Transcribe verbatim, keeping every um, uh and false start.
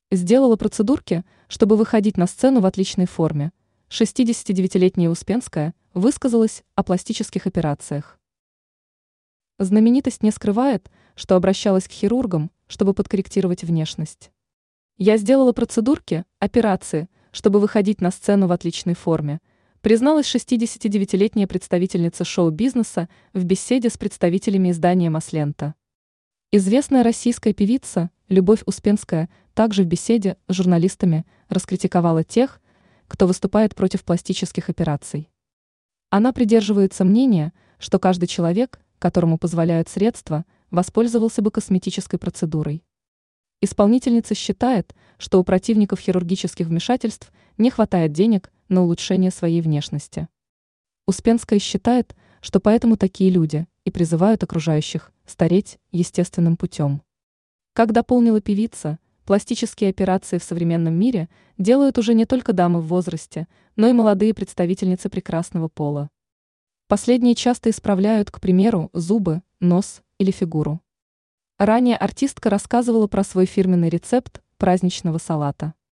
Сделала процедурки, чтобы выходить на сцену в отличной форме. шестидесятидевятилетняя Успенская высказалась о пластических операциях. Знаменитость не скрывает, что обращалась к хирургам, чтобы подкорректировать внешность. «Я сделала процедурки, операции, чтобы выходить на сцену в отличной форме», призналась шестидесятидевятилетняя представительница шоу-бизнеса в беседе с представителями издания «Мослента». Известная российская певица Любовь Успенская также в беседе с журналистами раскритиковала тех, кто выступает против пластических операций. Она придерживается мнения, что каждый человек, которому позволяют средства, воспользовался бы косметической процедурой. Исполнительница считает, что у противников хирургических вмешательств не хватает денег на улучшение своей внешности. Успенская считает, что поэтому такие люди и призывают окружающих стареть естественным путем. Как дополнила певица, пластические операции в современном мире делают уже не только дамы в возрасте, но и молодые представительницы прекрасного пола. Последние часто исправляют, к примеру, зубы, нос или фигуру. Ранее артистка рассказывала про свой фирменный рецепт праздничного салата.